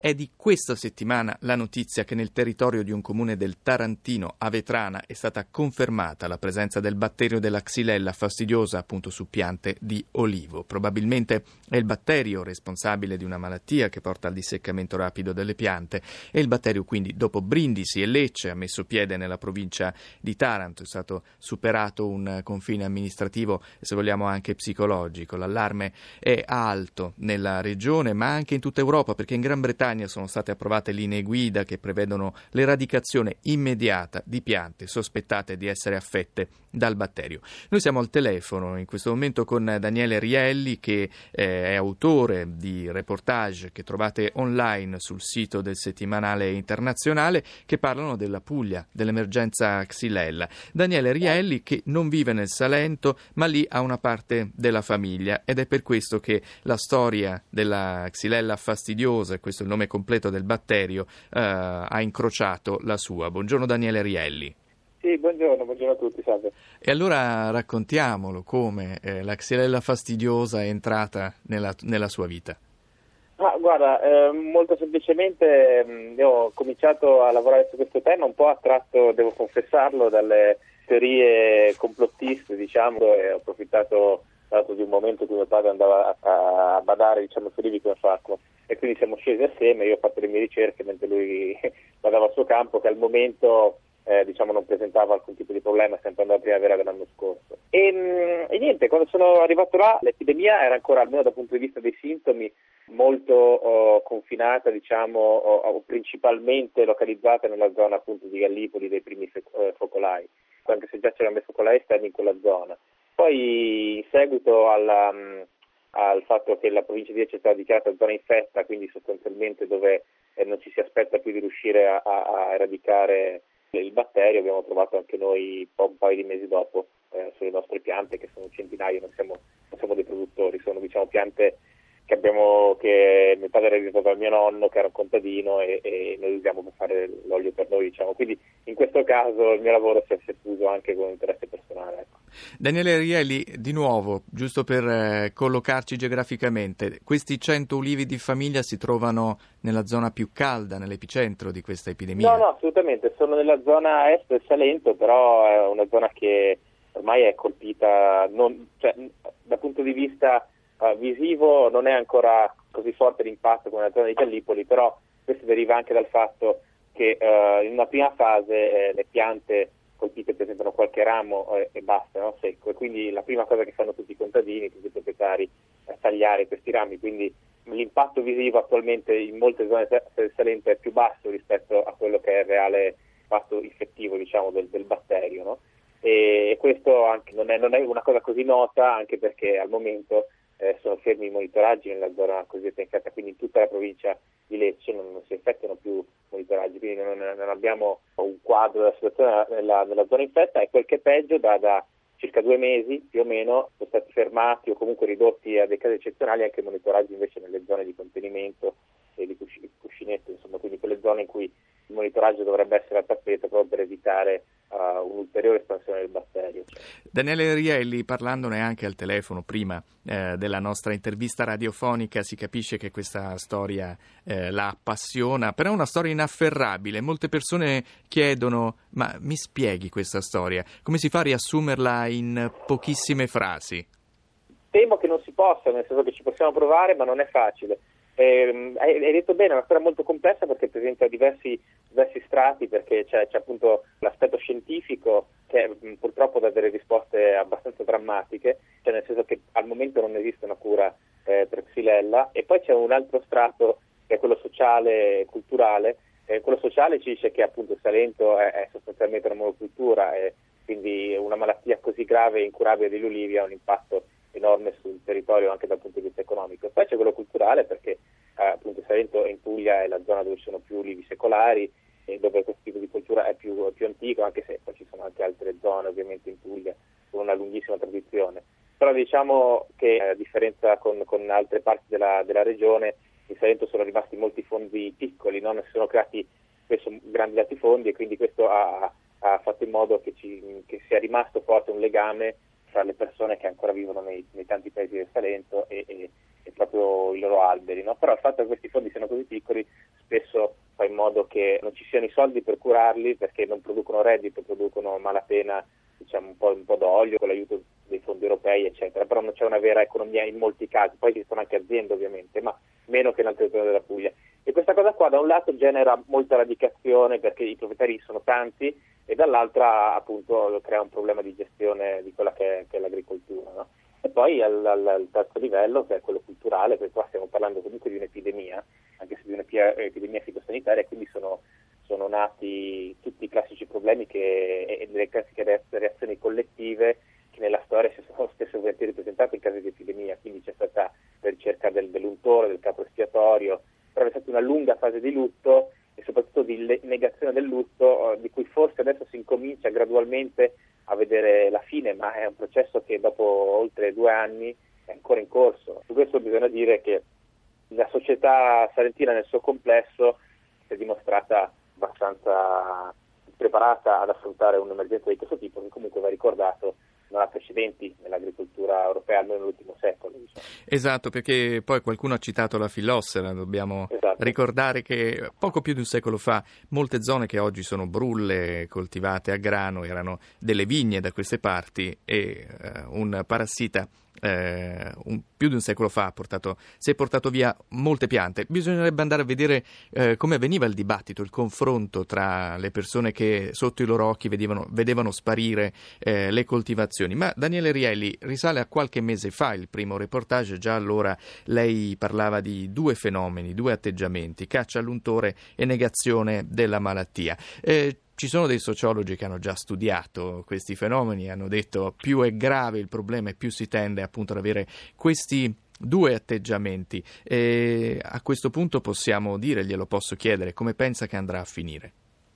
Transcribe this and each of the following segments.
È di questa settimana la notizia che nel territorio di un comune del Tarantino, a Vetrana, è stata confermata la presenza del batterio della Xylella fastidiosa appunto su piante di olivo. Probabilmente è il batterio responsabile di una malattia che porta al disseccamento rapido delle piante e il batterio quindi dopo Brindisi e Lecce ha messo piede nella provincia di Taranto. È stato superato un confine amministrativo e se vogliamo anche psicologico. L'allarme è alto nella regione ma anche in tutta Europa perché in Gran Bretagna sono state approvate linee guida che prevedono l'eradicazione immediata di piante sospettate di essere affette dal batterio. Noi siamo al telefono in questo momento con Daniele Rielli che è autore di reportage che trovate online sul sito del settimanale internazionale che parlano della Puglia, dell'emergenza Xylella. Daniele Rielli che non vive nel Salento ma lì ha una parte della famiglia ed è per questo che la storia della Xylella fastidiosa, questo è il nome completo del batterio, ha incrociato la sua. Buongiorno Daniele Rielli. Sì, buongiorno a tutti, salve. E allora raccontiamolo come la Xylella fastidiosa è entrata nella sua vita. Guarda, molto semplicemente io ho cominciato a lavorare su questo tema un po' attratto, devo confessarlo, dalle teorie complottiste, diciamo, e ho approfittato di un momento in cui mio padre andava a badare, diciamo, su Livi come farlo. E quindi siamo scesi assieme, io ho fatto le mie ricerche mentre lui badava al suo campo, che al momento non presentava alcun tipo di problema, sempre andando alla primavera dell'anno scorso. E niente, quando sono arrivato là l'epidemia era ancora, almeno dal punto di vista dei sintomi, molto confinata, diciamo, principalmente localizzata nella zona appunto di Gallipoli dei primi focolai, anche se già c'erano dei focolai esterni in quella zona. Poi in seguito al fatto che la provincia di Lecce è stata dichiarata zona infetta, quindi sostanzialmente dove non ci si aspetta più di riuscire a eradicare il batterio, abbiamo trovato anche noi un paio di mesi dopo sulle nostre piante, che sono centinaia, non siamo dei produttori, sono piante che mio padre ha ereditato dal mio nonno che era un contadino e noi usiamo per fare l'olio per noi, diciamo. Quindi in questo caso il mio lavoro si è fuso anche con interesse personale. Ecco. Daniele Rielli, di nuovo, giusto per collocarci geograficamente, questi 100 ulivi di famiglia si trovano nella zona più calda, nell'epicentro di questa epidemia? No, assolutamente, sono nella zona est del Salento, però è una zona che ormai è colpita, dal punto di vista visivo non è ancora così forte l'impatto come nella zona di Gallipoli, però questo deriva anche dal fatto che in una prima fase le piante colpite presentano qualche ramo e basta, no? Secco, e quindi la prima cosa che fanno tutti i contadini, tutti i proprietari, è tagliare questi rami, quindi l'impatto visivo attualmente in molte zone del Salento è più basso rispetto a quello che è il reale impatto infettivo, diciamo, del batterio, no? E questo anche non è una cosa così nota, anche perché al momento sono fermi i monitoraggi nella zona cosiddetta infetta, quindi in tutta la provincia di Lecce non si effettuano più monitoraggi, quindi non abbiamo un quadro della situazione nella zona infetta, e quel che è peggio da circa 2 mesi più o meno sono stati fermati o comunque ridotti a dei casi eccezionali anche i monitoraggi invece nelle zone di contenimento e di cuscinetto, insomma, quindi quelle zone in cui il monitoraggio dovrebbe essere al tappeto proprio per evitare un'ulteriore espansione del batterio. Daniele Rielli, parlandone anche al telefono prima della nostra intervista radiofonica, si capisce che questa storia la appassiona, però è una storia inafferrabile. Molte persone chiedono: ma mi spieghi questa storia? Come si fa a riassumerla in pochissime frasi? Temo che non si possa, nel senso che ci possiamo provare, ma non è facile. Hai detto bene, è una storia molto complessa perché presenta diversi strati, perché c'è appunto l'aspetto scientifico che purtroppo dà delle risposte abbastanza drammatiche, cioè nel senso che al momento non esiste una cura per Xylella, e poi c'è un altro strato che è quello sociale e culturale. Quello sociale ci dice che appunto il Salento è sostanzialmente una monocultura e quindi una malattia così grave e incurabile degli ulivi ha un impatto enorme sul territorio anche dal punto di vista economico. Poi c'è quello culturale perché appunto il Salento in Puglia è la zona dove ci sono più ulivi secolari e dove questo tipo di cultura è più antico, anche se poi ci sono anche altre zone ovviamente in Puglia con una lunghissima tradizione. Però diciamo che a differenza con altre parti della regione, in Salento sono rimasti molti fondi piccoli, non si sono creati spesso grandi latifondi, e quindi questo ha fatto in modo che sia rimasto forte un legame tra le persone che ancora vivono nei tanti paesi del Salento e proprio i loro alberi, no? Però il fatto che questi fondi siano così piccoli spesso fa in modo che non ci siano i soldi per curarli, perché non producono reddito, producono a malapena, diciamo, un po' d'olio con l'aiuto dei fondi europei, eccetera, però non c'è una vera economia in molti casi. Poi ci sono anche aziende, ovviamente, ma meno che nell'altra zona della Puglia. E questa cosa qua da un lato genera molta radicazione perché i proprietari sono tanti, e dall'altra appunto crea un problema di gestione di quella che è l'agricoltura, no? E poi al terzo livello, che è quello culturale, perché qua stiamo parlando comunque di un'epidemia, anche se di un'epidemia fitosanitaria, quindi sono nati tutti i classici problemi e le classiche reazioni collettive che nella storia si sono spesso ripresentate in casi di epidemia. Quindi c'è stata la ricerca dell'untore, del capro espiatorio, però è stata una lunga fase di lutto e soprattutto di negazione del lutto, di cui forse adesso si incomincia gradualmente a vedere la fine, ma è un processo che dopo oltre 2 anni è ancora in corso. Su questo bisogna dire che la società salentina nel suo complesso si è dimostrata abbastanza preparata ad affrontare un'emergenza di questo tipo, che comunque va ricordato non ha precedenti nell'agricoltura europea, almeno nell'ultimo secolo. Diciamo. Esatto, perché poi qualcuno ha citato la fillossera, dobbiamo ricordare che poco più di un secolo fa molte zone che oggi sono brulle coltivate a grano erano delle vigne da queste parti e un parassita più di un secolo fa si è portato via molte piante. Bisognerebbe andare a vedere come avveniva il dibattito, il confronto tra le persone che sotto i loro occhi vedevano sparire le coltivazioni. Ma Daniele Rielli, risale a qualche mese fa il primo reportage, già allora lei parlava di 2 fenomeni, 2 atteggiamenti, caccia all'untore e negazione della malattia. Ci sono dei sociologi che hanno già studiato questi fenomeni, hanno detto più è grave il problema e più si tende appunto ad avere questi 2 atteggiamenti. E a questo punto possiamo dire, glielo posso chiedere, come pensa che andrà a finire?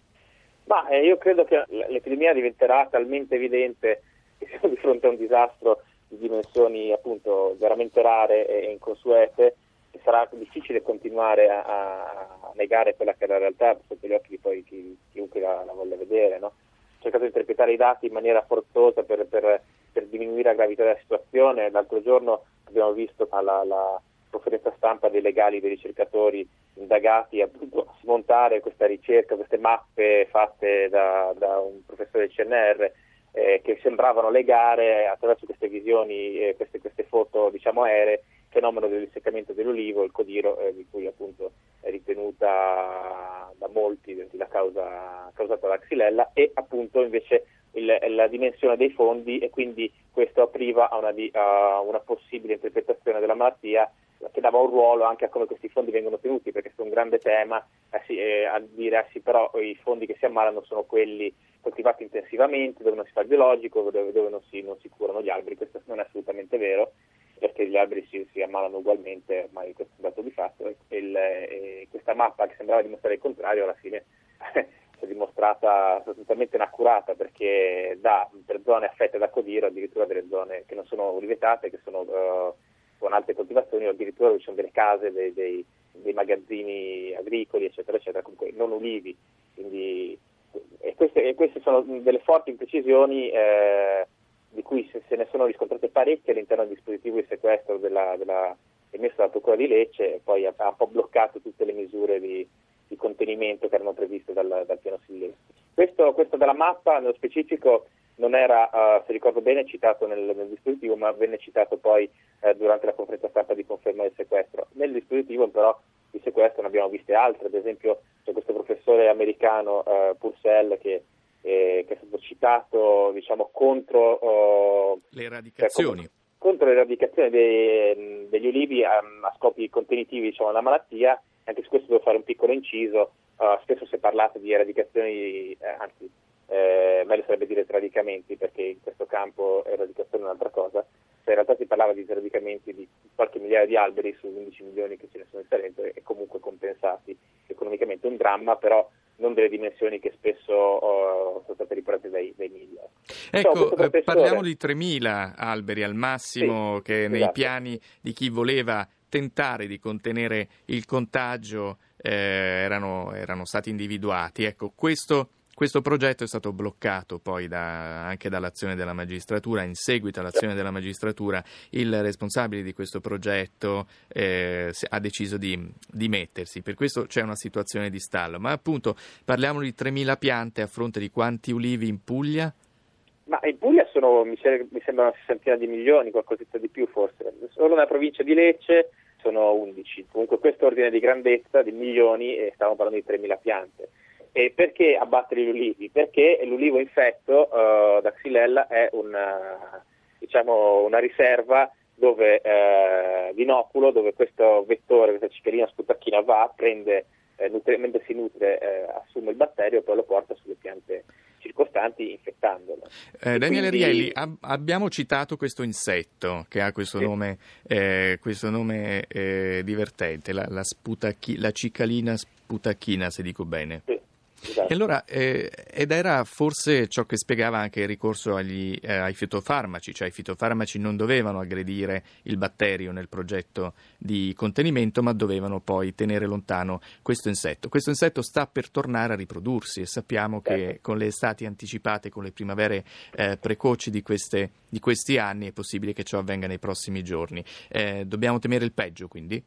Ma io credo che l'epidemia diventerà talmente evidente che siamo di fronte a un disastro di dimensioni appunto veramente rare e inconsuete, che sarà difficile continuare a negare quella che è la realtà sotto gli occhi di poi chiunque la voglia vedere, no? Ho cercato di interpretare i dati in maniera forzosa per diminuire la gravità della situazione. L'altro giorno abbiamo visto alla conferenza stampa dei legali, dei ricercatori indagati, appunto smontare questa ricerca, queste mappe fatte da un professore del CNR che sembravano legare attraverso queste visioni, queste foto diciamo aeree, il fenomeno del disseccamento dell'ulivo, il codiro, di cui appunto è ritenuta da molti la causa causata dalla xylella, e appunto invece la dimensione dei fondi, e quindi questo apriva a una possibile interpretazione della malattia che dava un ruolo anche a come questi fondi vengono tenuti, perché è un grande tema a dire sì, però i fondi che si ammalano sono quelli coltivati intensivamente, dove non si fa il biologico, dove non si curano gli alberi. Questo non è assolutamente vero, perché gli alberi si ammalano ugualmente, ormai questo è un dato di fatto, e questa mappa che sembrava dimostrare il contrario alla fine si è dimostrata sostanzialmente inaccurata, perché per zone affette da codiro addirittura delle zone che non sono olivetate, che sono con alte coltivazioni, o addirittura ci sono delle case, dei magazzini agricoli, eccetera, eccetera, comunque non ulivi. Quindi, queste sono delle forti imprecisioni di cui se ne sono riscontrate parecchie all'interno del dispositivo di sequestro emesso dalla Procura di Lecce, e poi ha un po' bloccato tutte le misure di contenimento che erano previste dal piano Silvestri. Questo della mappa nello specifico non era, se ricordo bene, citato nel dispositivo, ma venne citato poi durante la conferenza stampa di conferma del sequestro. Nel dispositivo però di sequestro ne abbiamo viste altre, ad esempio c'è questo professore americano Purcell che è stato citato, diciamo, contro le eradicazioni. Contro l'eradicazione degli ulivi a scopi contenitivi, diciamo, della malattia. Anche su questo devo fare un piccolo inciso. Spesso si è parlato di eradicazioni, anzi meglio sarebbe dire sradicamenti, perché in questo campo eradicazione è un'altra cosa. In realtà si parlava di sradicamenti di qualche migliaia di alberi su 11 milioni che ce ne sono in Salento, e comunque compensati economicamente. Un dramma, però non delle dimensioni che spesso sono state riportate dai media. Ecco, parliamo di 3.000 alberi al massimo, sì, che nei piani di chi voleva tentare di contenere il contagio erano stati individuati. Ecco, questo Questo progetto è stato bloccato poi anche dall'azione della magistratura. In seguito all'azione della magistratura il responsabile di questo progetto ha deciso di dimettersi. Per questo c'è una situazione di stallo. Ma appunto parliamo di 3.000 piante a fronte di quanti ulivi in Puglia? Ma in Puglia mi sembra una sessantina di milioni, qualcosetta di più forse. Solo nella provincia di Lecce sono 11. Comunque questo ordine di grandezza di milioni, e stiamo parlando di 3.000 piante. E perché abbattere gli ulivi? Perché l'ulivo infetto da Xylella è una riserva dove d'inoculo, dove questo vettore, questa cicalina sputacchina prende mentre si nutre, assume il batterio e poi lo porta sulle piante circostanti infettandolo. Daniele Rielli, abbiamo citato questo insetto che ha questo nome divertente, la cicalina sputacchina, se dico bene. Sì. Esatto. E allora, ed era forse ciò che spiegava anche il ricorso ai fitofarmaci, cioè i fitofarmaci non dovevano aggredire il batterio nel progetto di contenimento, ma dovevano poi tenere lontano questo insetto. Questo insetto sta per tornare a riprodursi e sappiamo che con le estati anticipate, con le primavere precoci di questi anni, è possibile che ciò avvenga nei prossimi giorni. Dobbiamo temere il peggio, quindi?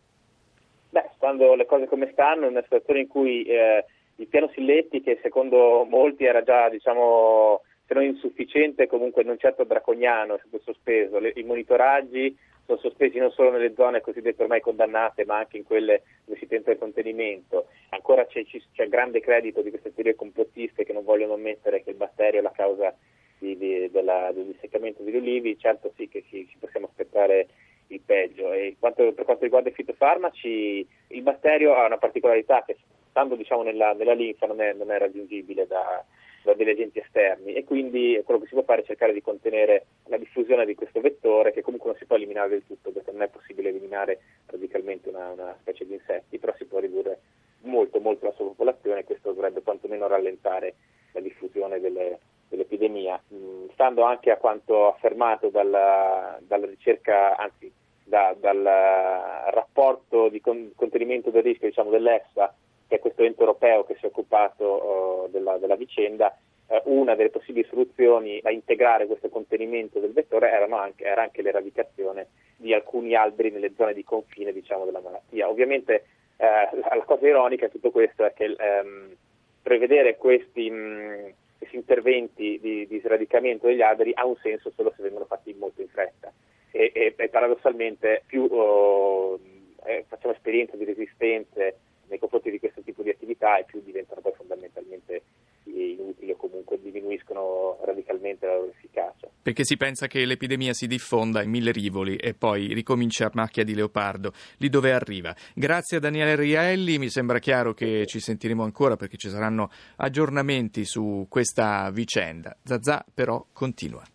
Stando le cose come stanno, in una situazione in cui il piano Silletti, che secondo molti era già, se non insufficiente, comunque non certo draconiano, è stato sospeso. I monitoraggi sono sospesi non solo nelle zone cosiddette ormai condannate, ma anche in quelle dove si tenta il contenimento. Ancora c'è grande credito di queste teorie complottiste che non vogliono ammettere che il batterio è la causa del disseccamento degli ulivi. Certo sì che ci possiamo aspettare il peggio. E per quanto riguarda i fitofarmaci, il batterio ha una particolarità che, stando nella linfa, non è raggiungibile da degli agenti esterni, e quindi quello che si può fare è cercare di contenere la diffusione di questo vettore, che comunque non si può eliminare del tutto, perché non è possibile eliminare radicalmente una specie di insetti, però si può ridurre molto molto la sua popolazione, e questo dovrebbe quantomeno rallentare la diffusione dell'epidemia, stando anche a quanto affermato dalla ricerca, anzi dal rapporto di contenimento del rischio dell'EFSA, che è questo ente europeo che si è occupato della vicenda. Una delle possibili soluzioni a integrare questo contenimento del vettore era anche l'eradicazione di alcuni alberi nelle zone di confine della malattia. Ovviamente la cosa ironica di tutto questo è che prevedere questi interventi di sradicamento degli alberi ha un senso solo se vengono fatti molto in fretta, e paradossalmente più facciamo esperienza di resistenze nei confronti di questo tipo di attività, e più diventano poi fondamentalmente inutili, o comunque diminuiscono radicalmente la loro efficacia. Perché si pensa che l'epidemia si diffonda in 1000 rivoli e poi ricomincia a macchia di leopardo lì dove arriva. Grazie a Daniele Rielli, mi sembra chiaro che ci sentiremo ancora, perché ci saranno aggiornamenti su questa vicenda. Zazà però continua.